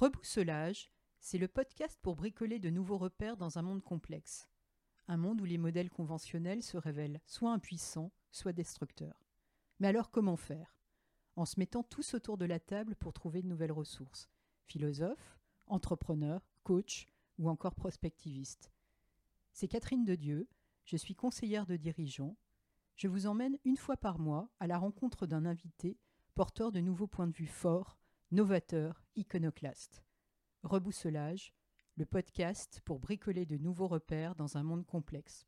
Reboussolage, c'est le podcast pour bricoler de nouveaux repères dans un monde complexe. Un monde où les modèles conventionnels se révèlent soit impuissants, soit destructeurs. Mais alors comment faire ? En se mettant tous autour de la table pour trouver de nouvelles ressources. Philosophes, entrepreneurs, coachs ou encore prospectivistes. C'est Catherine Dedieu, je suis conseillère de dirigeants. Je vous emmène une fois par mois à la rencontre d'un invité porteur de nouveaux points de vue forts, novateurs, iconoclastes. Reboussolage, le podcast pour bricoler de nouveaux repères dans un monde complexe.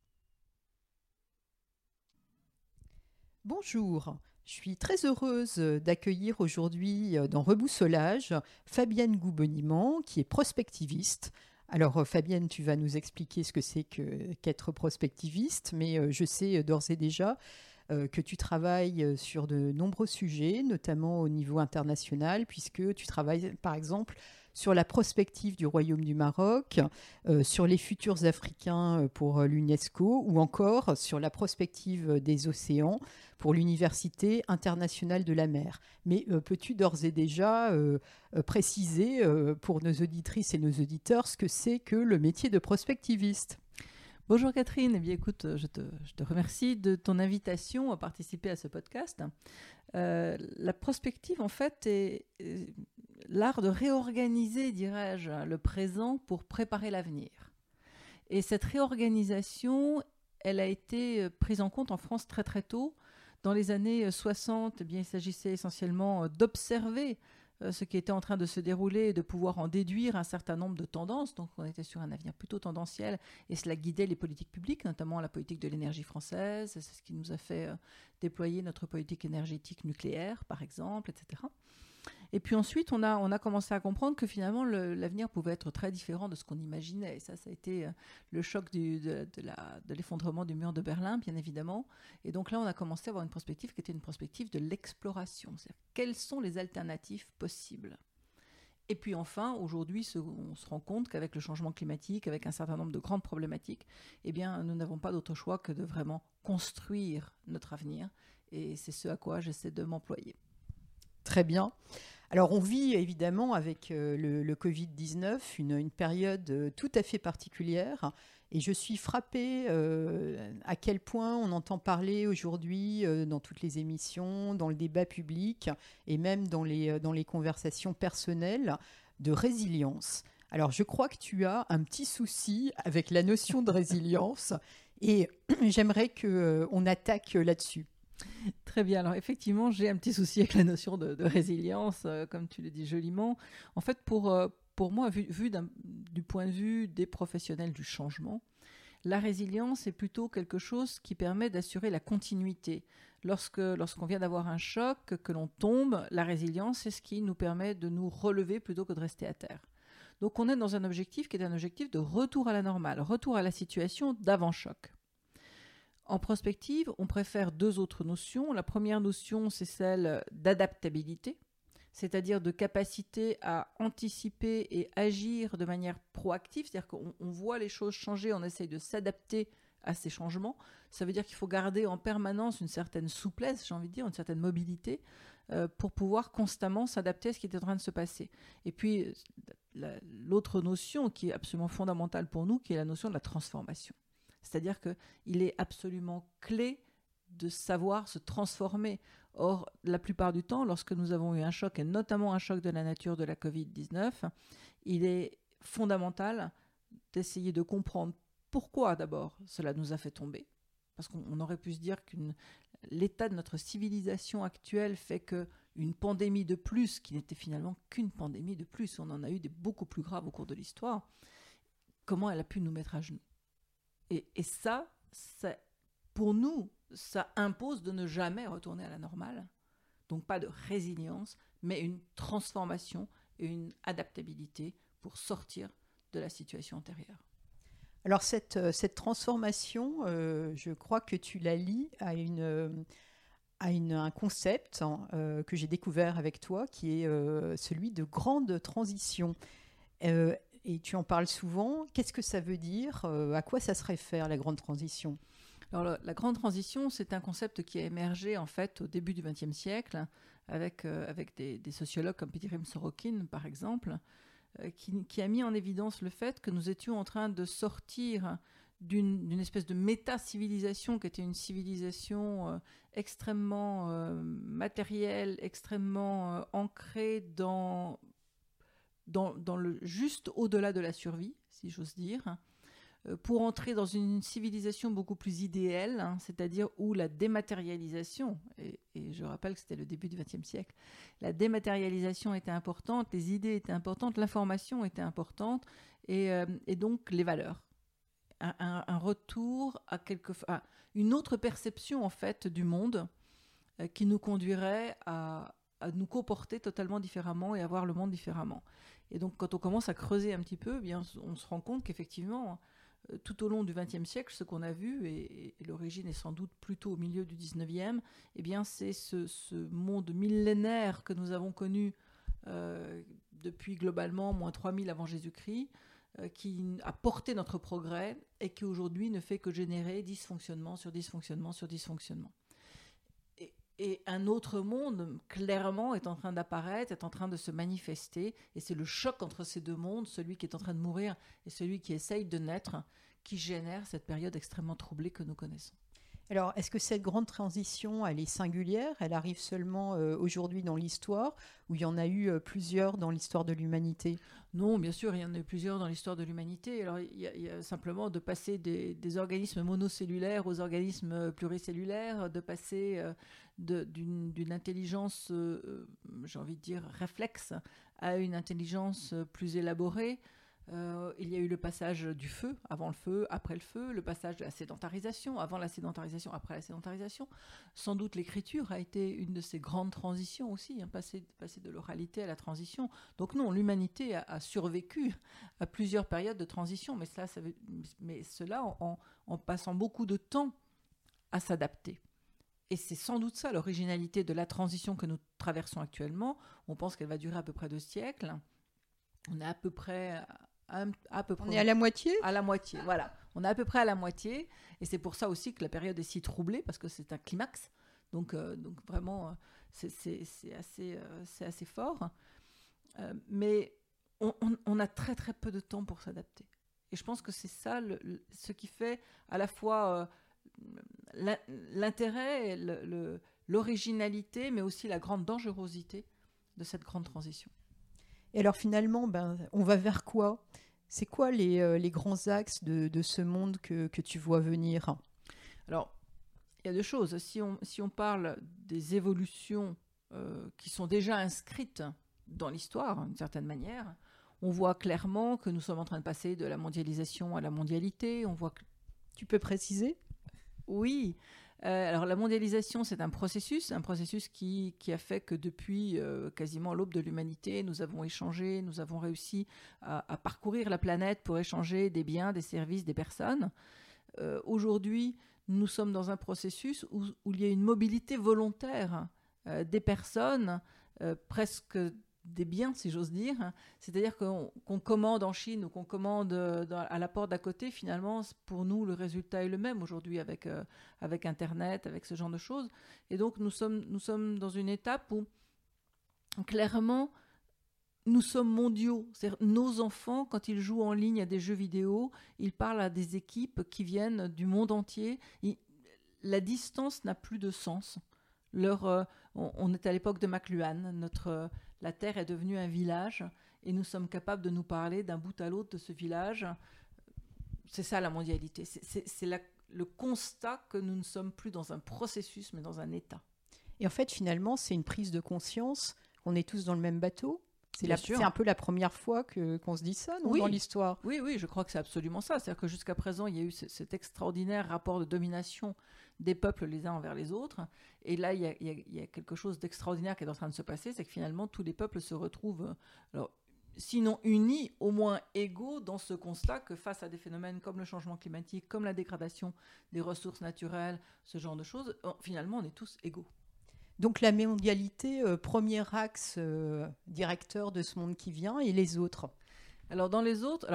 Bonjour, je suis très heureuse d'accueillir aujourd'hui dans Reboussolage Fabienne Gouboniment, qui est prospectiviste. Alors Fabienne, tu vas nous expliquer ce que c'est qu'être prospectiviste, mais je sais d'ores et déjà que tu travailles sur de nombreux sujets, notamment au niveau international, puisque tu travailles par exemple sur la prospective du Royaume du Maroc, sur les futurs africains pour l'UNESCO, ou encore sur la prospective des océans pour l'Université internationale de la mer. Mais peux-tu d'ores et déjà préciser pour nos auditrices et nos auditeurs ce que c'est que le métier de prospectiviste ? Bonjour Catherine, eh bien, écoute, je te remercie de ton invitation à participer à ce podcast. La prospective, en fait, est l'art de réorganiser, dirais-je, le présent pour préparer l'avenir. Et cette réorganisation, elle a été prise en compte en France très très tôt. Dans les années 60, eh bien, il s'agissait essentiellement d'observer ce qui était en train de se dérouler et de pouvoir en déduire un certain nombre de tendances. Donc on était sur un avenir plutôt tendanciel et cela guidait les politiques publiques, notamment la politique de l'énergie française. C'est ce qui nous a fait déployer notre politique énergétique nucléaire, par exemple, etc. Et puis ensuite, on a commencé à comprendre que finalement, l'avenir pouvait être très différent de ce qu'on imaginait. Et ça a été le choc de l'effondrement du mur de Berlin, bien évidemment. Et donc là, on a commencé à avoir une perspective qui était une perspective de l'exploration. C'est-à-dire, quelles sont les alternatives possibles ? Et puis enfin, aujourd'hui, on se rend compte qu'avec le changement climatique, avec un certain nombre de grandes problématiques, eh bien, nous n'avons pas d'autre choix que de vraiment construire notre avenir. Et c'est ce à quoi j'essaie de m'employer. Très bien. Alors on vit évidemment avec le Covid-19 une période tout à fait particulière et je suis frappée à quel point on entend parler aujourd'hui dans toutes les émissions, dans le débat public et même dans les conversations personnelles de résilience. Alors je crois que tu as un petit souci avec la notion de résilience et j'aimerais qu'on attaque là-dessus. Très bien. Alors effectivement, j'ai un petit souci avec la notion de résilience, comme tu le dis joliment. En fait, pour moi, vu du point de vue des professionnels du changement, la résilience est plutôt quelque chose qui permet d'assurer la continuité. Lorsqu'on vient d'avoir un choc, que l'on tombe, la résilience, c'est ce qui nous permet de nous relever plutôt que de rester à terre. Donc on est dans un objectif qui est un objectif de retour à la normale, retour à la situation d'avant-choc. En prospective, on préfère deux autres notions. La première notion, c'est celle d'adaptabilité, c'est-à-dire de capacité à anticiper et agir de manière proactive, c'est-à-dire qu'on voit les choses changer, on essaye de s'adapter à ces changements. Ça veut dire qu'il faut garder en permanence une certaine souplesse, j'ai envie de dire, une certaine mobilité, pour pouvoir constamment s'adapter à ce qui est en train de se passer. Et puis, l'autre notion qui est absolument fondamentale pour nous, qui est la notion de la transformation. C'est-à-dire qu'il est absolument clé de savoir se transformer. Or, la plupart du temps, lorsque nous avons eu un choc, et notamment un choc de la nature de la Covid-19, il est fondamental d'essayer de comprendre pourquoi d'abord cela nous a fait tomber. Parce qu'on aurait pu se dire que l'état de notre civilisation actuelle fait qu'une pandémie de plus, qui n'était finalement qu'une pandémie de plus, on en a eu des beaucoup plus graves au cours de l'histoire, comment elle a pu nous mettre à genoux ? Et ça, pour nous, ça impose de ne jamais retourner à la normale. Donc pas de résilience, mais une transformation et une adaptabilité pour sortir de la situation antérieure. Alors cette transformation, je crois que tu la lies à un concept que j'ai découvert avec toi, qui est celui de grande transition. Et tu en parles souvent. Qu'est-ce que ça veut dire ? À quoi ça se réfère, la grande transition ? Alors, la grande transition, c'est un concept qui a émergé en fait au début du XXe siècle avec des sociologues comme Petirim Sorokin, par exemple, qui a mis en évidence le fait que nous étions en train de sortir d'une espèce de méta-civilisation qui était une civilisation extrêmement matérielle, extrêmement ancrée dans le juste au-delà de la survie, si j'ose dire, pour entrer dans une civilisation beaucoup plus idéale, hein, c'est-à-dire où la dématérialisation, et je rappelle que c'était le début du XXe siècle, la dématérialisation était importante, les idées étaient importantes, l'information était importante, et donc les valeurs. Un retour à une autre perception en fait du monde qui nous conduirait à nous comporter totalement différemment et à voir le monde différemment. Et donc quand on commence à creuser un petit peu, eh bien, on se rend compte qu'effectivement, tout au long du XXe siècle, ce qu'on a vu, et l'origine est sans doute plutôt au milieu du XIXe, eh bien, c'est ce monde millénaire que nous avons connu depuis globalement moins 3000 avant Jésus-Christ, qui a porté notre progrès et qui aujourd'hui ne fait que générer dysfonctionnement sur dysfonctionnement sur dysfonctionnement. Et un autre monde, clairement, est en train d'apparaître, est en train de se manifester. Et c'est le choc entre ces deux mondes, celui qui est en train de mourir et celui qui essaye de naître, qui génère cette période extrêmement troublée que nous connaissons. Alors, est-ce que cette grande transition, elle est singulière? Elle arrive seulement aujourd'hui dans l'histoire, ou il y en a eu plusieurs dans l'histoire de l'humanité? Non, bien sûr, il y en a eu plusieurs dans l'histoire de l'humanité. Alors, il y a simplement de passer des organismes monocellulaires aux organismes pluricellulaires, de passer d'une intelligence, j'ai envie de dire, réflexe, à une intelligence plus élaborée. Il y a eu le passage du feu, avant le feu, après le feu, le passage de la sédentarisation, avant la sédentarisation, après la sédentarisation. Sans doute l'écriture a été une de ces grandes transitions aussi, hein, passer de l'oralité à la transition. Donc non, l'humanité a survécu à plusieurs périodes de transition, mais cela en passant beaucoup de temps à s'adapter. Et c'est sans doute ça l'originalité de la transition que nous traversons actuellement. On pense qu'elle va durer à peu près 2 siècles. On est à peu près... On est à la moitié ? À la moitié, voilà. On est à peu près à la moitié. Et c'est pour ça aussi que la période est si troublée, parce que c'est un climax. Donc vraiment, c'est assez fort. Mais on a très très peu de temps pour s'adapter. Et je pense que c'est ça ce qui fait à la fois l'intérêt, l'originalité, mais aussi la grande dangerosité de cette grande transition. Et alors finalement, on va vers quoi ? C'est quoi les grands axes de ce monde que tu vois venir ? Alors, il y a 2 choses. Si on parle des évolutions qui sont déjà inscrites dans l'histoire, d'une certaine manière, on voit clairement que nous sommes en train de passer de la mondialisation à la mondialité. On voit que... Tu peux préciser ? Oui. Alors la mondialisation, c'est un processus qui a fait que depuis quasiment l'aube de l'humanité, nous avons échangé, nous avons réussi à parcourir la planète pour échanger des biens, des services, des personnes. Aujourd'hui, nous sommes dans un processus où il y a une mobilité volontaire des personnes, presque des biens, si j'ose dire. C'est-à-dire qu'on commande en Chine ou qu'on commande à la porte d'à côté, finalement, pour nous, le résultat est le même aujourd'hui avec Internet, avec ce genre de choses. Et donc, nous sommes dans une étape où, clairement, nous sommes mondiaux. C'est-à-dire, nos enfants, quand ils jouent en ligne à des jeux vidéo, ils parlent à des équipes qui viennent du monde entier. La distance n'a plus de sens. On est à l'époque de McLuhan. La Terre est devenue un village et nous sommes capables de nous parler d'un bout à l'autre de ce village. C'est ça la mondialité. C'est le constat que nous ne sommes plus dans un processus mais dans un état. Et en fait, finalement, c'est une prise de conscience qu'on est tous dans le même bateau. C'est un peu la première fois qu'on se dit ça, non, dans l'histoire. Oui, je crois que c'est absolument ça. C'est-à-dire que jusqu'à présent, il y a eu cet extraordinaire rapport de domination des peuples les uns envers les autres. Et là, il y a quelque chose d'extraordinaire qui est en train de se passer, c'est que finalement, tous les peuples se retrouvent, sinon unis, au moins égaux dans ce constat que face à des phénomènes comme le changement climatique, comme la dégradation des ressources naturelles, ce genre de choses, finalement, on est tous égaux. Donc la mondialité, premier axe directeur de ce monde qui vient, et les autres. Alors dans les autres,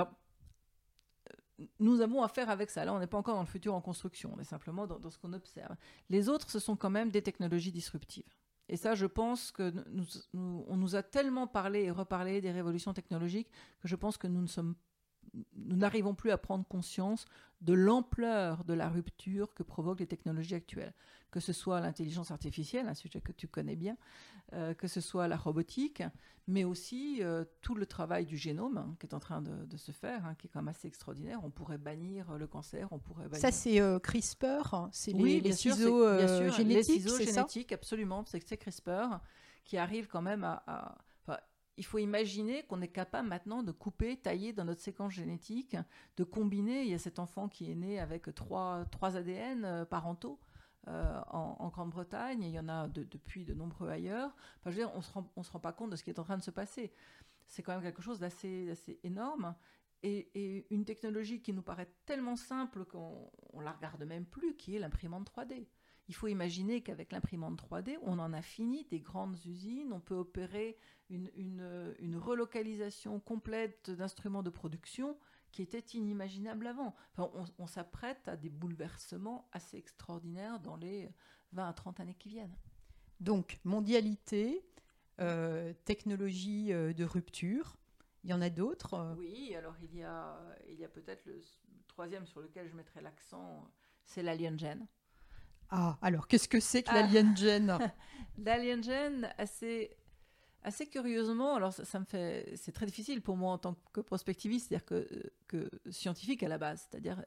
nous avons affaire avec ça. Là, on n'est pas encore dans le futur en construction, on est simplement dans ce qu'on observe. Les autres, ce sont quand même des technologies disruptives. Et ça, je pense que on nous a tellement parlé et reparlé des révolutions technologiques que je pense que nous n'arrivons plus à prendre conscience de l'ampleur de la rupture que provoquent les technologies actuelles. Que ce soit l'intelligence artificielle, un sujet que tu connais bien, que ce soit la robotique, mais aussi tout le travail du génome qui est en train de se faire, qui est quand même assez extraordinaire. On pourrait bannir le cancer, on pourrait bannir... Ça, c'est CRISPR, c'est oui, les sûr, ciseaux génétiques, les ciseaux c'est génétiques, absolument. C'est CRISPR qui arrive quand même il faut imaginer qu'on est capable maintenant de couper, tailler dans notre séquence génétique, de combiner. Il y a cet enfant qui est né avec trois ADN parentaux en Grande-Bretagne. Il y en a depuis de nombreux ailleurs. Enfin, je veux dire, on se rend pas compte de ce qui est en train de se passer. C'est quand même quelque chose d'assez énorme. Et une technologie qui nous paraît tellement simple qu'on ne la regarde même plus, qui est l'imprimante 3D. Il faut imaginer qu'avec l'imprimante 3D, on en a fini des grandes usines, on peut opérer une relocalisation complète d'instruments de production qui était inimaginable avant. Enfin, on s'apprête à des bouleversements assez extraordinaires dans les 20 à 30 années qui viennent. Donc, mondialité, technologie de rupture, il y en a d'autres Oui, alors il y a peut-être le troisième sur lequel je mettrai l'accent, c'est l'Alien Gen. Ah, alors qu'est-ce que c'est que l'Alien Gen? L'Alien Gen, assez curieusement, alors c'est très difficile pour moi en tant que prospectiviste, c'est-à-dire que scientifique à la base, c'est-à-dire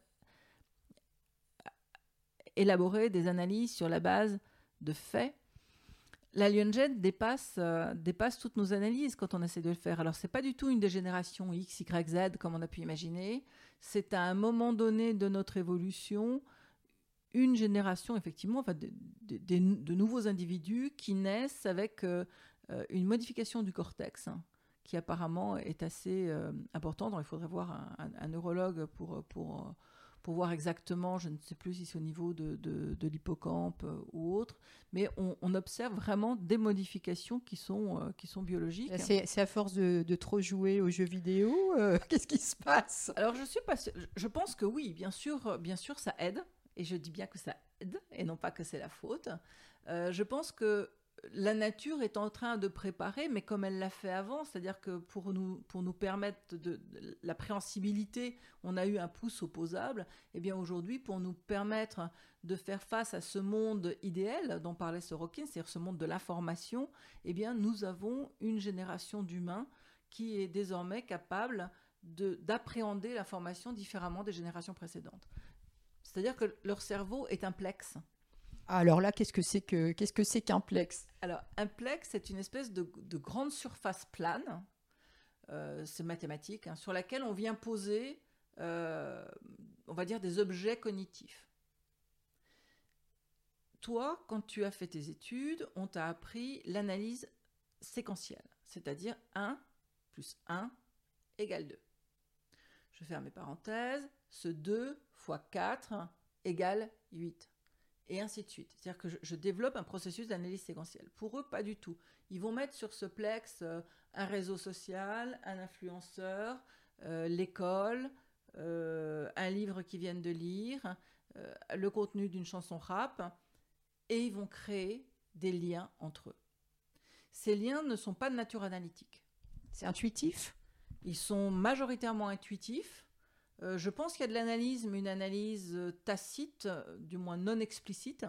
élaborer des analyses sur la base de faits. L'Alien Gen dépasse toutes nos analyses quand on essaie de le faire. Alors, c'est pas du tout une dégénération X, Y, Z comme on a pu imaginer. C'est à un moment donné de notre évolution une génération, effectivement, enfin, de nouveaux individus qui naissent avec une modification du cortex qui apparemment est assez importante. Il faudrait voir un neurologue pour voir exactement, je ne sais plus si c'est au niveau de l'hippocampe ou autre, mais on observe vraiment des modifications qui sont biologiques. C'est à force de trop jouer aux jeux vidéo, qu'est-ce qui se passe? Alors je pense que oui, bien sûr ça aide, et je dis bien que ça aide, et non pas que c'est la faute. Je pense que la nature est en train de préparer, mais comme elle l'a fait avant, c'est-à-dire que pour nous permettre de la préhensibilité, on a eu un pouce opposable, et bien aujourd'hui, pour nous permettre de faire face à ce monde idéal dont parlait Sorokin, c'est-à-dire ce monde de l'information, eh bien nous avons une génération d'humains qui est désormais capable d'appréhender l'information différemment des générations précédentes. C'est-à-dire que leur cerveau est un plex. Alors là, qu'est-ce que c'est qu'un plex? Alors, un plex, c'est une espèce de grande surface plane, c'est mathématique, sur laquelle on vient poser, on va dire, des objets cognitifs. Toi, quand tu as fait tes études, on t'a appris l'analyse séquentielle, c'est-à-dire 1 plus 1 égale 2. Je ferme mes parenthèses, ce 2 fois 4 égale 8. Et ainsi de suite. C'est-à-dire que je développe un processus d'analyse séquentielle. Pour eux, pas du tout. Ils vont mettre sur ce plex un réseau social, un influenceur, l'école, un livre qu'ils viennent de lire, le contenu d'une chanson rap, et ils vont créer des liens entre eux. Ces liens ne sont pas de nature analytique. C'est intuitif? Ils sont majoritairement intuitifs. Je pense qu'il y a de l'analyse, mais une analyse tacite, du moins non explicite.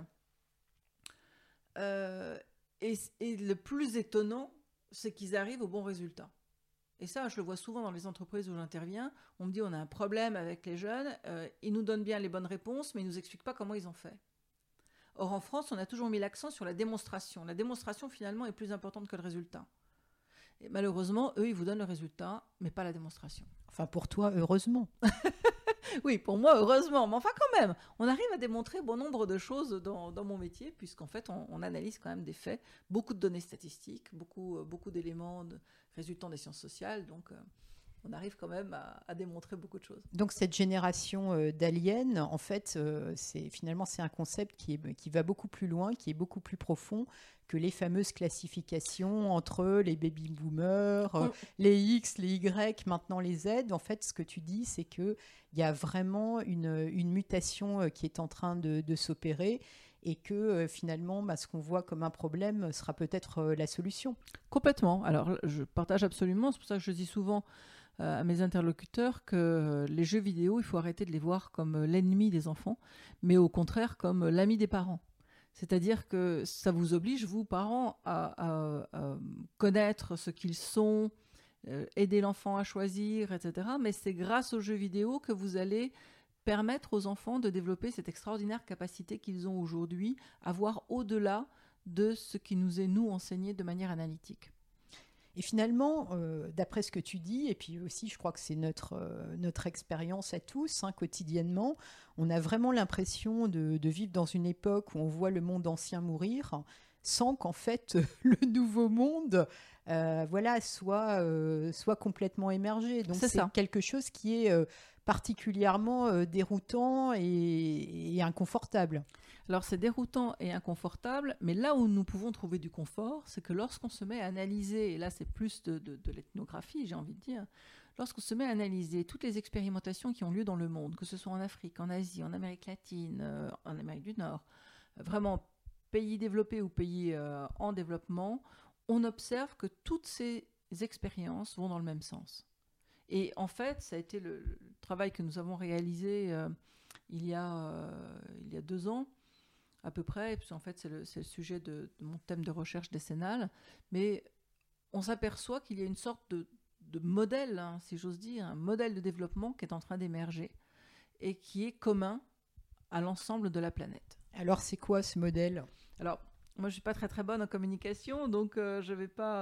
Et le plus étonnant, c'est qu'ils arrivent au bon résultat. Et ça, je le vois souvent dans les entreprises où j'interviens. On me dit, on a un problème avec les jeunes, ils nous donnent bien les bonnes réponses, mais ils ne nous expliquent pas comment ils ont fait. Or, en France, on a toujours mis l'accent sur la démonstration. La démonstration, finalement, est plus importante que le résultat. Et malheureusement, eux, ils vous donnent le résultat, mais pas la démonstration. Enfin, pour toi, heureusement. Oui, pour moi, heureusement. Mais enfin, quand même, on arrive à démontrer bon nombre de choses dans mon métier, puisqu'en fait, on analyse quand même des faits, beaucoup de données statistiques, beaucoup d'éléments résultant des sciences sociales. Donc, on arrive quand même à démontrer beaucoup de choses. Donc, cette génération d'aliens, en fait, c'est un concept qui va beaucoup plus loin, qui est beaucoup plus profond que les fameuses classifications entre les baby-boomers, les X, les Y, maintenant les Z. En fait, ce que tu dis, c'est qu'il y a vraiment une mutation qui est en train de s'opérer et que finalement, ce qu'on voit comme un problème sera peut-être la solution. Complètement. Alors, je partage absolument. C'est pour ça que je dis souvent à mes interlocuteurs que les jeux vidéo, il faut arrêter de les voir comme l'ennemi des enfants, mais au contraire comme l'ami des parents. C'est-à-dire que ça vous oblige, vous, parents, à connaître ce qu'ils sont, aider l'enfant à choisir, etc. Mais c'est grâce aux jeux vidéo que vous allez permettre aux enfants de développer cette extraordinaire capacité qu'ils ont aujourd'hui à voir au-delà de ce qui nous est, nous, enseigné de manière analytique. Et finalement, d'après ce que tu dis, et puis aussi je crois que c'est notre expérience à tous, quotidiennement, on a vraiment l'impression de vivre dans une époque où on voit le monde ancien mourir, sans qu'en fait le nouveau monde soit complètement émergé. Donc c'est quelque chose qui est particulièrement déroutant et inconfortable. Alors c'est déroutant et inconfortable, mais là où nous pouvons trouver du confort, c'est que lorsqu'on se met à analyser, et là c'est plus de l'ethnographie, j'ai envie de dire, lorsqu'on se met à analyser toutes les expérimentations qui ont lieu dans le monde, que ce soit en Afrique, en Asie, en Amérique latine, en Amérique du Nord, vraiment pays développés ou pays en développement, on observe que toutes ces expériences vont dans le même sens. Et en fait, ça a été le travail que nous avons réalisé il y a 2 ans, à peu près, et puis en fait c'est le sujet de mon thème de recherche décennale, mais on s'aperçoit qu'il y a une sorte de modèle, si j'ose dire, un modèle de développement qui est en train d'émerger et qui est commun à l'ensemble de la planète. Alors c'est quoi ce modèle ? Alors moi je suis pas très très bonne en communication, donc je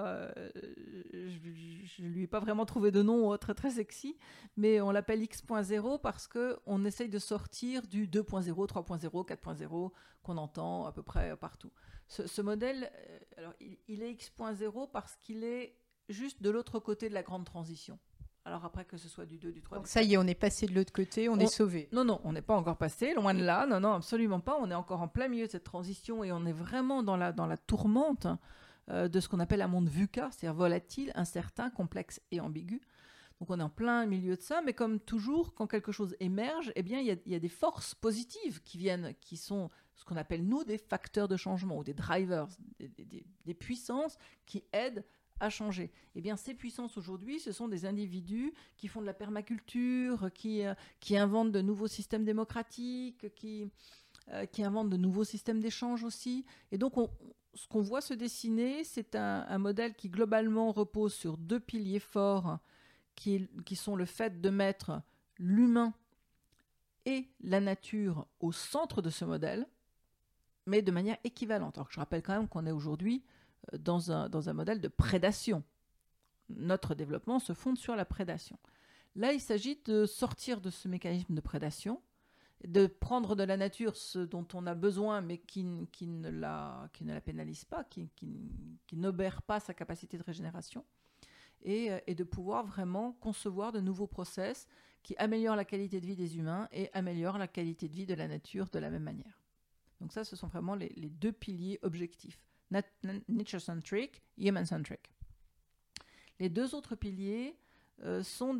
lui ai pas vraiment trouvé de nom très très sexy, mais on l'appelle X.0 parce que on essaye de sortir du 2.0, 3.0, 4.0 qu'on entend à peu près partout. Ce modèle, alors il est X.0 parce qu'il est juste de l'autre côté de la grande transition. Alors après que ce soit du 2, du 3... Donc ça y est, on est passé de l'autre côté, on est sauvé. Non, on n'est pas encore passé, loin de là, non, absolument pas. On est encore en plein milieu de cette transition et on est vraiment dans la tourmente de ce qu'on appelle un monde VUCA, c'est-à-dire volatile, incertain, complexe et ambigu. Donc on est en plein milieu de ça, mais comme toujours, quand quelque chose émerge, eh bien il y a des forces positives qui viennent, qui sont ce qu'on appelle nous des facteurs de changement ou des drivers, des puissances qui aident à changer. Eh bien, ces puissances aujourd'hui, ce sont des individus qui font de la permaculture, qui inventent de nouveaux systèmes démocratiques, qui inventent de nouveaux systèmes d'échange aussi. Et donc, ce qu'on voit se dessiner, c'est un modèle qui globalement repose sur 2 piliers forts, qui sont le fait de mettre l'humain et la nature au centre de ce modèle, mais de manière équivalente. Alors que je rappelle quand même qu'on est aujourd'hui dans un modèle de prédation. Notre développement se fonde sur la prédation. Là, il s'agit de sortir de ce mécanisme de prédation, de prendre de la nature ce dont on a besoin, mais qui ne la pénalise pas, qui n'obère pas sa capacité de régénération, et de pouvoir vraiment concevoir de nouveaux process qui améliorent la qualité de vie des humains et améliorent la qualité de vie de la nature de la même manière. Donc ça, ce sont vraiment les 2 piliers objectifs. Nature-centric, human-centric. Les 2 autres piliers sont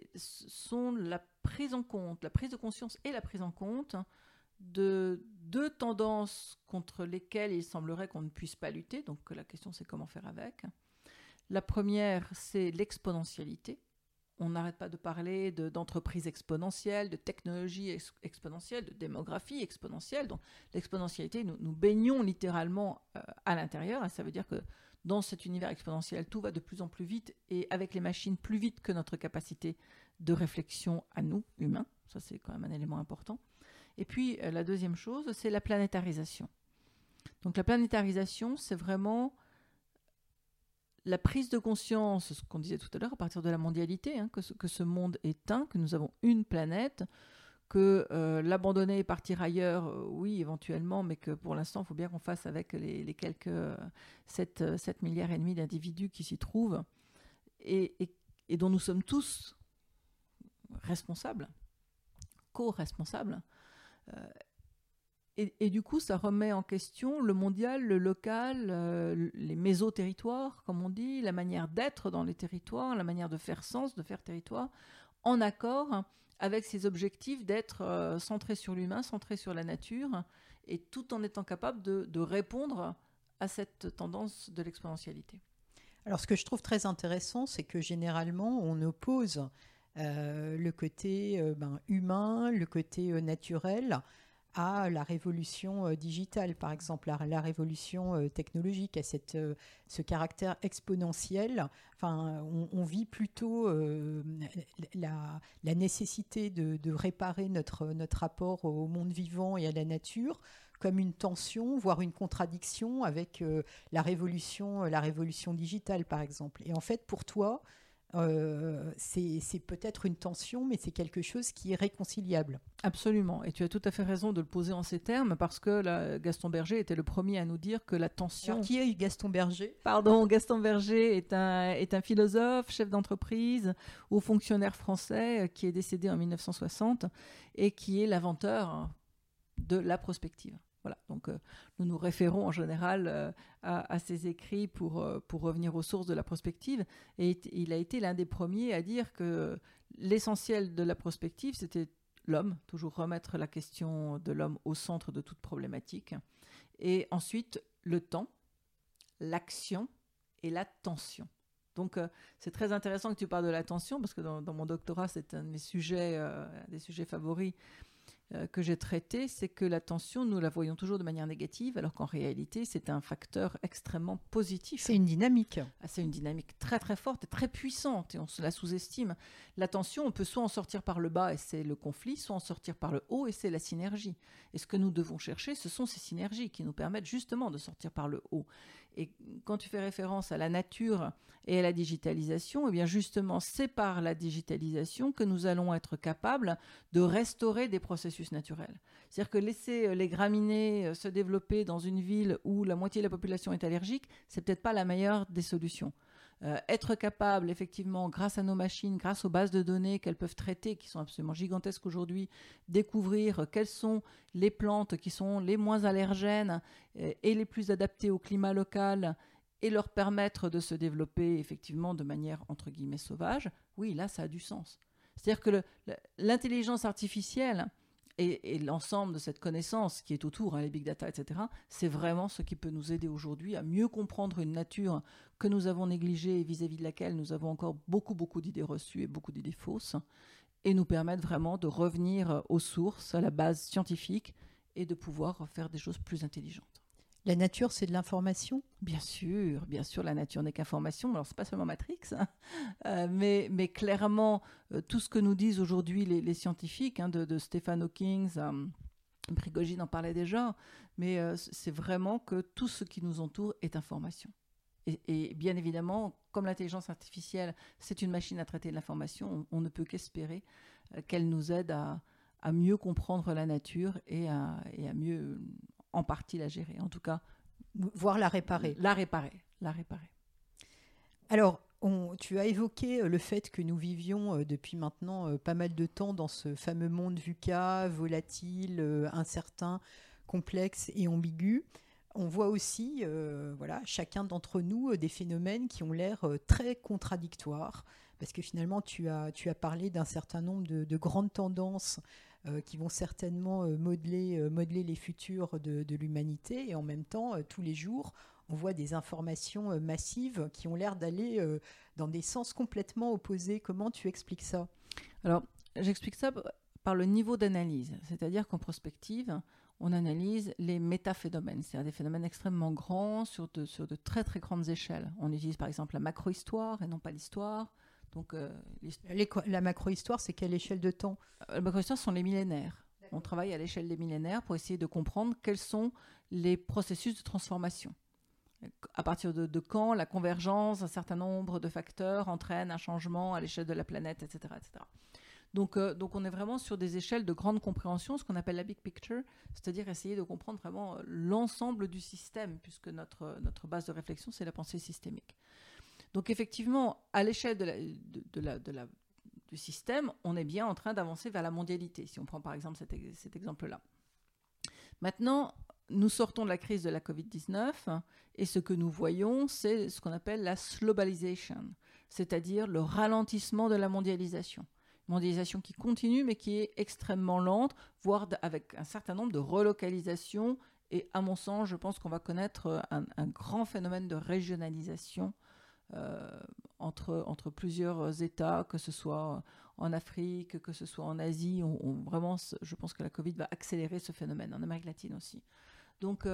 la prise en compte, la prise de conscience et la prise en compte de 2 tendances contre lesquelles il semblerait qu'on ne puisse pas lutter. Donc la question, c'est comment faire avec. La première, c'est l'exponentialité. On n'arrête pas de parler d'entreprises exponentielles, de technologie exponentielle, de démographie exponentielle. Donc l'exponentialité, nous baignons littéralement à l'intérieur. Et ça veut dire que dans cet univers exponentiel, tout va de plus en plus vite et avec les machines plus vite que notre capacité de réflexion à nous, humains. Ça, c'est quand même un élément important. Et puis, la deuxième chose, c'est la planétarisation. Donc la planétarisation, c'est vraiment la prise de conscience, ce qu'on disait tout à l'heure, à partir de la mondialité, que ce monde est un, que nous avons une planète, que l'abandonner et partir ailleurs, oui, éventuellement, mais que pour l'instant, il faut bien qu'on fasse avec les quelques 7 milliards et demi d'individus qui s'y trouvent, et dont nous sommes tous responsables, co-responsables. Et du coup, ça remet en question le mondial, le local, les mésoterritoires, comme on dit, la manière d'être dans les territoires, la manière de faire sens, de faire territoire, en accord avec ces objectifs d'être centré sur l'humain, centré sur la nature, et tout en étant capable de répondre à cette tendance de l'exponentialité. Alors, ce que je trouve très intéressant, c'est que généralement, on oppose le côté humain, le côté naturel à la révolution digitale, par exemple, la révolution technologique, à ce caractère exponentiel. Enfin, on vit plutôt la nécessité de réparer notre rapport au monde vivant et à la nature comme une tension, voire une contradiction avec la révolution digitale, par exemple. Et en fait, pour toi, c'est peut-être une tension, mais c'est quelque chose qui est réconciliable. Absolument, et tu as tout à fait raison de le poser en ces termes, parce que Gaston Berger était le premier à nous dire que la tension... Alors, qui est Gaston Berger ? Pardon, Gaston Berger est un philosophe, chef d'entreprise, haut fonctionnaire français, qui est décédé en 1960, et qui est l'inventeur de la prospective. Voilà, donc nous nous référons en général à ses écrits pour revenir aux sources de la prospective. Et il a été l'un des premiers à dire que l'essentiel de la prospective, c'était l'homme, toujours remettre la question de l'homme au centre de toute problématique. Et ensuite, le temps, l'action et la tension. Donc, c'est très intéressant que tu parles de la tension, parce que dans mon doctorat, c'est un de mes sujets, des sujets favoris que j'ai traité, c'est que la tension, nous la voyons toujours de manière négative, alors qu'en réalité, c'est un facteur extrêmement positif. C'est une dynamique. C'est une dynamique très très forte et très puissante, et on se la sous-estime. La tension, on peut soit en sortir par le bas, et c'est le conflit, soit en sortir par le haut, et c'est la synergie. Et ce que nous devons chercher, ce sont ces synergies qui nous permettent justement de sortir par le haut. Et quand tu fais référence à la nature et à la digitalisation, eh bien justement, c'est par la digitalisation que nous allons être capables de restaurer des processus naturels. C'est-à-dire que laisser les graminées se développer dans une ville où la moitié de la population est allergique, c'est peut-être pas la meilleure des solutions. Être capable, effectivement, grâce à nos machines, grâce aux bases de données qu'elles peuvent traiter, qui sont absolument gigantesques aujourd'hui, découvrir quelles sont les plantes qui sont les moins allergènes et les plus adaptées au climat local, et leur permettre de se développer, effectivement, de manière, entre guillemets, sauvage, oui, là, ça a du sens. C'est-à-dire que l'intelligence artificielle et l'ensemble de cette connaissance qui est autour, les big data, etc., c'est vraiment ce qui peut nous aider aujourd'hui à mieux comprendre une nature que nous avons négligée et vis-à-vis de laquelle nous avons encore beaucoup d'idées reçues et beaucoup d'idées fausses, et nous permettre vraiment de revenir aux sources, à la base scientifique, et de pouvoir faire des choses plus intelligentes. La nature, c'est de l'information ? Bien sûr, la nature n'est qu'information. Alors, ce n'est pas seulement Matrix, mais clairement, tout ce que nous disent aujourd'hui les scientifiques, de Stephen Hawking, Prigogine en parlait déjà, mais c'est vraiment que tout ce qui nous entoure est information. Et bien évidemment, comme l'intelligence artificielle, c'est une machine à traiter de l'information, on ne peut qu'espérer qu'elle nous aide à mieux comprendre la nature et à mieux, en partie, la gérer. En tout cas, voire la réparer. La réparer. Alors, tu as évoqué le fait que nous vivions depuis maintenant pas mal de temps dans ce fameux monde VUCA, volatile, incertain, complexe et ambigu. On voit aussi, chacun d'entre nous, des phénomènes qui ont l'air très contradictoires, parce que finalement, tu as parlé d'un certain nombre de grandes tendances qui vont certainement modeler les futurs de l'humanité, et en même temps, tous les jours, on voit des informations massives qui ont l'air d'aller dans des sens complètement opposés. Comment tu expliques ça ? Alors, j'explique ça par le niveau d'analyse, c'est-à-dire qu'en prospective, on analyse les métaphénomènes, c'est-à-dire des phénomènes extrêmement grands sur de très très grandes échelles. On utilise par exemple la macro-histoire et non pas l'histoire. Donc, la macro-histoire, c'est quelle échelle de temps ? La macro-histoire, ce sont les millénaires. D'accord. On travaille à l'échelle des millénaires pour essayer de comprendre quels sont les processus de transformation. À partir de quand la convergence d'un certain nombre de facteurs entraîne un changement à l'échelle de la planète, etc. etc. Donc on est vraiment sur des échelles de grande compréhension, ce qu'on appelle la big picture, c'est-à-dire essayer de comprendre vraiment l'ensemble du système, puisque notre base de réflexion, c'est la pensée systémique. Donc effectivement, à l'échelle du système, on est bien en train d'avancer vers la mondialité, si on prend par exemple cet exemple-là. Maintenant, nous sortons de la crise de la Covid-19 et ce que nous voyons, c'est ce qu'on appelle la globalisation, c'est-à-dire le ralentissement de la mondialisation. mondialisation qui continue, mais qui est extrêmement lente, voire avec un certain nombre de relocalisations. Et à mon sens, je pense qu'on va connaître un grand phénomène de régionalisation entre plusieurs États, que ce soit en Afrique, que ce soit en Asie. Vraiment, je pense que la Covid va accélérer ce phénomène, en Amérique latine aussi. Donc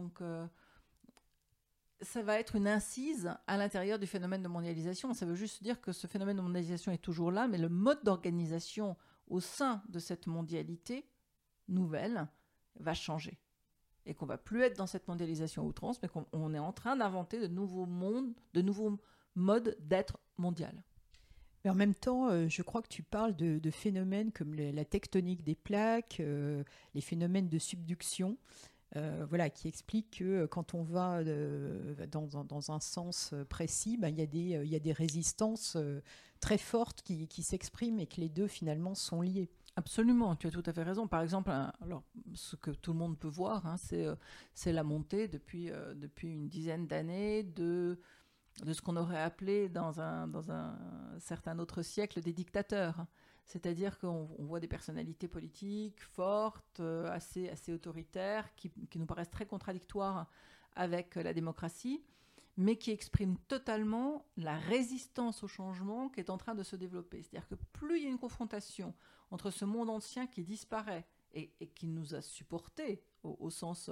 ça va être une incise à l'intérieur du phénomène de mondialisation. Ça veut juste dire que ce phénomène de mondialisation est toujours là, mais le mode d'organisation au sein de cette mondialité nouvelle va changer. Et qu'on ne va plus être dans cette mondialisation à outrance, mais qu'on est en train d'inventer de nouveaux mondes, de nouveaux modes d'être mondial. Mais en même temps, je crois que tu parles de phénomènes comme la tectonique des plaques, les phénomènes de subduction, qui expliquent que quand on va dans un sens précis, il y a des résistances très fortes qui s'expriment et que les deux finalement sont liés. Absolument, tu as tout à fait raison. Par exemple, ce que tout le monde peut voir, c'est la montée depuis une dizaine d'années de ce qu'on aurait appelé dans un certain autre siècle des dictateurs. C'est-à-dire qu'on voit des personnalités politiques fortes, assez autoritaires, qui nous paraissent très contradictoires avec la démocratie, mais qui expriment totalement la résistance au changement qui est en train de se développer. C'est-à-dire que plus il y a une confrontation entre ce monde ancien qui disparaît et qui nous a supportés au sens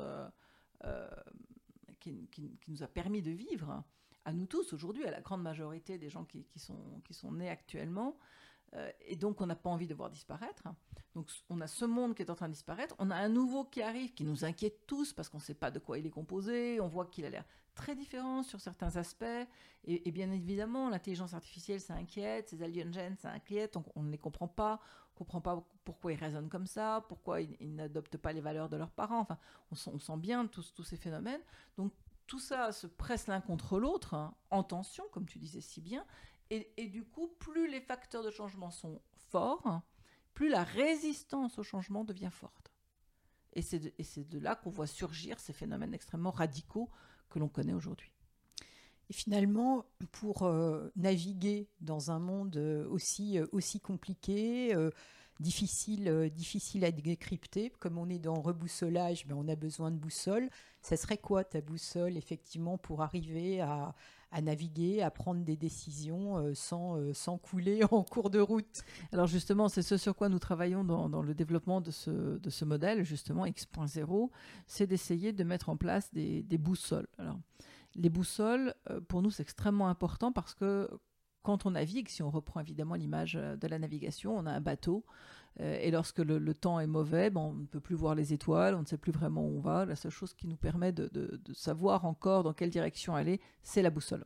qui nous a permis de vivre, à nous tous aujourd'hui, à la grande majorité des gens qui sont nés actuellement, et donc on n'a pas envie de voir disparaître. Donc on a ce monde qui est en train de disparaître, on a un nouveau qui arrive, qui nous inquiète tous parce qu'on ne sait pas de quoi il est composé, on voit qu'il a l'air très différent sur certains aspects, et bien évidemment l'intelligence artificielle ça inquiète, ces aliens gènes ça inquiète, on ne les comprend pas pourquoi ils raisonnent comme ça, pourquoi ils n'adoptent pas les valeurs de leurs parents, enfin on sent bien tous ces phénomènes. Donc tout ça se presse l'un contre l'autre, en tension, comme tu disais si bien, et du coup, plus les facteurs de changement sont forts, plus la résistance au changement devient forte. Et c'est de là qu'on voit surgir ces phénomènes extrêmement radicaux que l'on connaît aujourd'hui. Et finalement, pour naviguer dans un monde aussi compliqué, difficile à décrypter, comme on est dans reboussolage, on a besoin de boussole. Ça serait quoi ta boussole, effectivement, pour arriver à naviguer, à prendre des décisions sans couler en cours de route? Alors justement, c'est ce sur quoi nous travaillons dans le développement de ce modèle, justement, X.0, c'est d'essayer de mettre en place des boussoles. Alors, les boussoles, pour nous, c'est extrêmement important parce que quand on navigue, si on reprend évidemment l'image de la navigation, on a un bateau et lorsque le temps est mauvais, on ne peut plus voir les étoiles, on ne sait plus vraiment où on va. La seule chose qui nous permet de savoir encore dans quelle direction aller, c'est la boussole.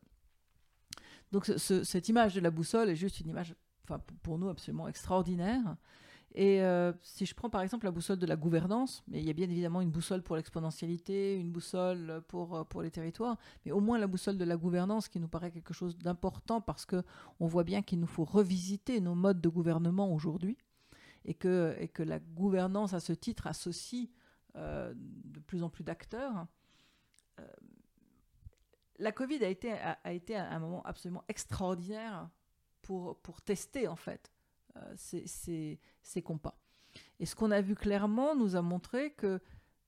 Donc cette image de la boussole est juste une image, pour nous, absolument extraordinaire. Et si je prends par exemple la boussole de la gouvernance, mais il y a bien évidemment une boussole pour l'exponentialité, une boussole pour les territoires, mais au moins la boussole de la gouvernance qui nous paraît quelque chose d'important parce qu'on voit bien qu'il nous faut revisiter nos modes de gouvernement aujourd'hui et que la gouvernance à ce titre associe de plus en plus d'acteurs. La Covid a été un moment absolument extraordinaire pour tester en fait ces compas. Et ce qu'on a vu clairement nous a montré que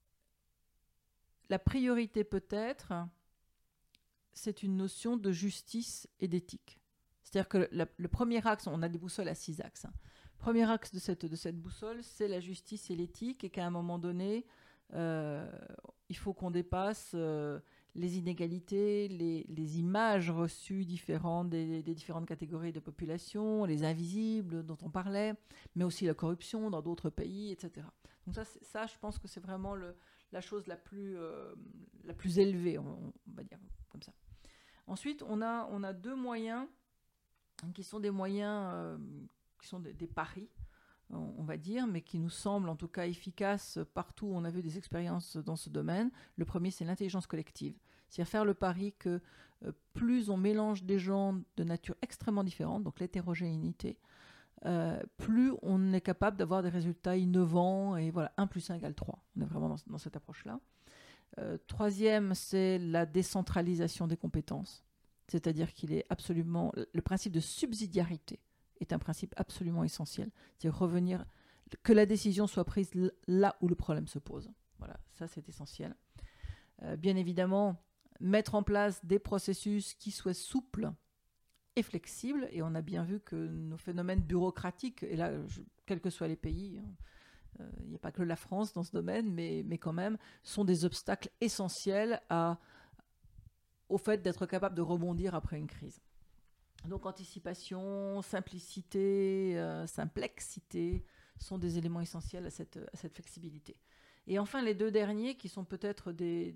la priorité peut-être, c'est une notion de justice et d'éthique. C'est-à-dire que le premier axe, on a des boussoles à 6 axes. Le premier axe de cette boussole, c'est la justice et l'éthique, et qu'à un moment donné, il faut qu'on dépasse les inégalités, les images reçues différentes des différentes catégories de population, les invisibles dont on parlait, mais aussi la corruption dans d'autres pays, etc. Donc ça je pense que c'est vraiment la chose la plus élevée, on va dire comme ça. Ensuite, on a 2 moyens qui sont des moyens qui sont des paris, on va dire, mais qui nous semblent en tout cas efficaces partout où on a vu des expériences dans ce domaine. Le premier, c'est l'intelligence collective. C'est-à-dire faire le pari que plus on mélange des gens de nature extrêmement différente, donc l'hétérogénéité, plus on est capable d'avoir des résultats innovants, et voilà, 1 + 1 = 3. On est vraiment dans cette approche-là. Troisième, c'est la décentralisation des compétences. C'est-à-dire qu'il est absolument... Le principe de subsidiarité est un principe absolument essentiel. C'est revenir, que la décision soit prise là où le problème se pose. Voilà, ça c'est essentiel. Bien évidemment, mettre en place des processus qui soient souples et flexibles, et on a bien vu que nos phénomènes bureaucratiques, et là, quels que soient les pays, il n'y a pas que la France dans ce domaine, mais quand même, sont des obstacles essentiels au fait d'être capable de rebondir après une crise. Donc anticipation, simplicité, simplexité sont des éléments essentiels à cette flexibilité. Et enfin, les deux derniers qui sont peut-être des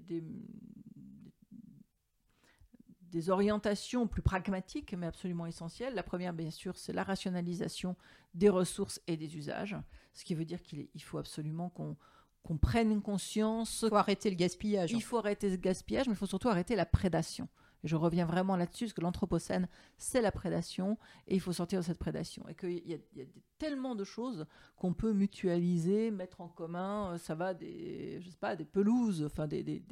orientations plus pragmatiques, mais absolument essentielles. La première, bien sûr, c'est la rationalisation des ressources et des usages, ce qui veut dire qu'il faut absolument qu'on prenne conscience. Il faut arrêter le gaspillage. Il faut arrêter le gaspillage, mais il faut surtout arrêter la prédation. Et je reviens vraiment là-dessus, parce que l'anthropocène, c'est la prédation, et il faut sortir de cette prédation. Et qu'il y a tellement de choses qu'on peut mutualiser, mettre en commun. Ça va des pelouses, enfin des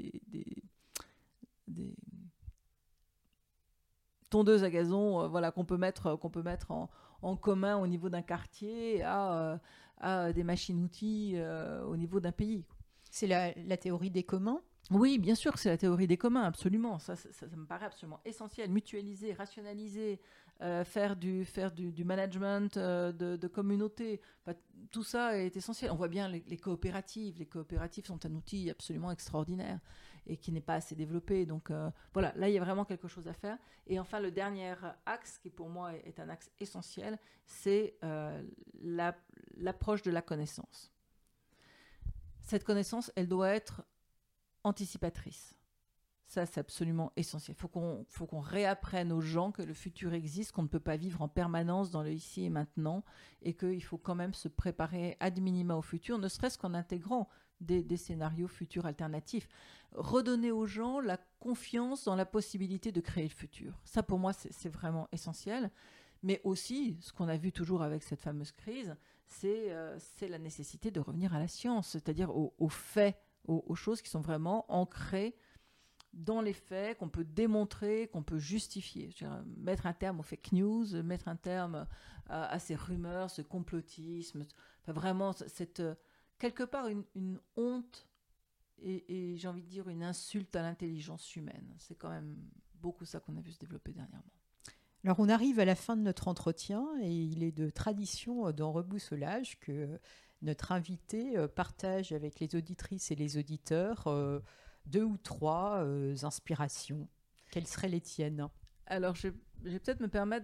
tondeuses à gazon, voilà, qu'on peut mettre en commun au niveau d'un quartier à des machines-outils au niveau d'un pays. C'est la théorie des communs ? Oui, bien sûr que c'est la théorie des communs, absolument. Ça me paraît absolument essentiel. Mutualiser, rationaliser, faire du management de communauté. Enfin, tout ça est essentiel. On voit bien les coopératives. Les coopératives sont un outil absolument extraordinaire et qui n'est pas assez développé. Donc voilà, là, il y a vraiment quelque chose à faire. Et enfin, le dernier axe, qui pour moi est un axe essentiel, c'est l'approche de la connaissance. Cette connaissance, elle doit être anticipatrice. Ça, c'est absolument essentiel. Il faut qu'on réapprenne aux gens que le futur existe, qu'on ne peut pas vivre en permanence dans le ici et maintenant, et qu'il faut quand même se préparer ad minima au futur, ne serait-ce qu'en intégrant des scénarios futurs alternatifs. Redonner aux gens la confiance dans la possibilité de créer le futur. Ça, pour moi, c'est vraiment essentiel. Mais aussi, ce qu'on a vu toujours avec cette fameuse crise, c'est la nécessité de revenir à la science, c'est-à-dire aux faits, aux choses qui sont vraiment ancrées dans les faits, qu'on peut démontrer, qu'on peut justifier. Mettre un terme aux fake news, mettre un terme à ces rumeurs, ce complotisme. Enfin, vraiment, quelque part une honte et j'ai envie de dire une insulte à l'intelligence humaine. C'est quand même beaucoup ça qu'on a vu se développer dernièrement. Alors, on arrive à la fin de notre entretien et il est de tradition dans Reboussolage que notre invité partage avec les auditrices et les auditeurs 2 ou 3 inspirations. Quelles seraient les tiennes ? Alors, je vais peut-être me permettre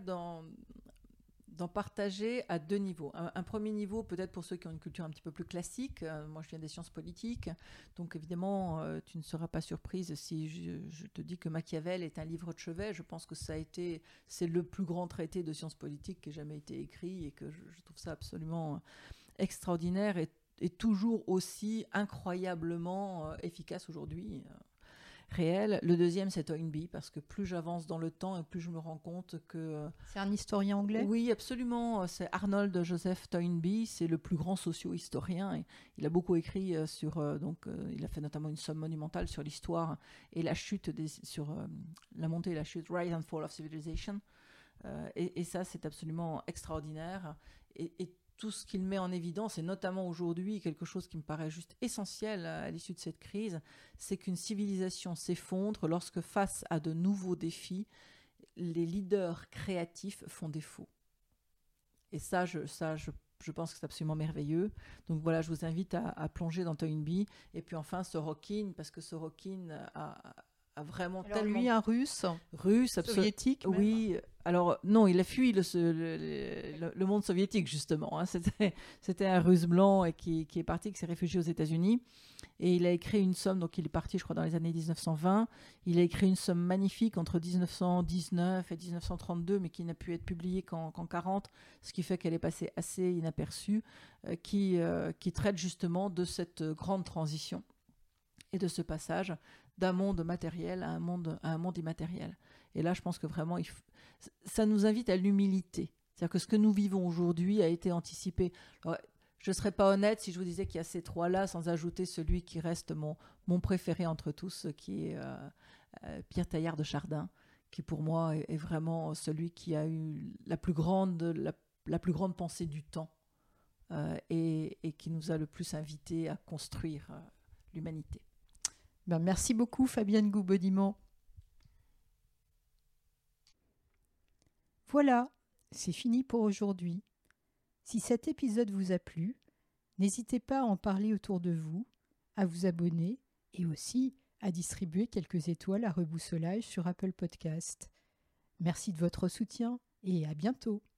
d'en partager à 2 niveaux. Un premier niveau, peut-être pour ceux qui ont une culture un petit peu plus classique. Moi, je viens des sciences politiques. Donc, évidemment, tu ne seras pas surprise si je te dis que Machiavel est un livre de chevet. Je pense que c'est le plus grand traité de sciences politiques qui ait jamais été écrit et que je trouve ça absolument extraordinaire et toujours aussi incroyablement efficace aujourd'hui. Réel. Le deuxième, c'est Toynbee, parce que plus j'avance dans le temps et plus je me rends compte que... C'est un historien anglais ? Oui, absolument. C'est Arnold Joseph Toynbee, c'est le plus grand socio-historien. Et il a beaucoup écrit il a fait notamment une somme monumentale sur l'histoire et la chute, sur la montée et la chute, Rise and Fall of Civilization. Et ça, c'est absolument extraordinaire. Et tout ce qu'il met en évidence, et notamment aujourd'hui, quelque chose qui me paraît juste essentiel à l'issue de cette crise, c'est qu'une civilisation s'effondre lorsque, face à de nouveaux défis, les leaders créatifs font défaut. Et ça, je pense que c'est absolument merveilleux. Donc voilà, je vous invite à plonger dans Toynbee. Et puis enfin, Sorokin, parce que Sorokin a vraiment alors tellement... lui, un russe soviétique même. Oui, alors non, il a fui le monde soviétique justement. Hein. C'était un russe blanc et qui est parti, qui s'est réfugié aux États-Unis. Et il a écrit une somme, donc il est parti je crois dans les années 1920. Il a écrit une somme magnifique entre 1919 et 1932, mais qui n'a pu être publiée qu'en 40, ce qui fait qu'elle est passée assez inaperçue, qui traite justement de cette grande transition et de ce passage d'un monde matériel à un monde immatériel. Et là, je pense que vraiment, ça nous invite à l'humilité. C'est-à-dire que ce que nous vivons aujourd'hui a été anticipé. Alors, je ne serais pas honnête si je vous disais qu'il y a ces 3-là, sans ajouter celui qui reste mon préféré entre tous, qui est Pierre Taillard de Chardin, qui pour moi est vraiment celui qui a eu la plus grande la plus grande pensée du temps et qui nous a le plus invités à construire l'humanité. Merci beaucoup Fabienne Gouboniment. Voilà, c'est fini pour aujourd'hui. Si cet épisode vous a plu, n'hésitez pas à en parler autour de vous, à vous abonner et aussi à distribuer quelques étoiles à Reboussolage sur Apple Podcast. Merci de votre soutien et à bientôt.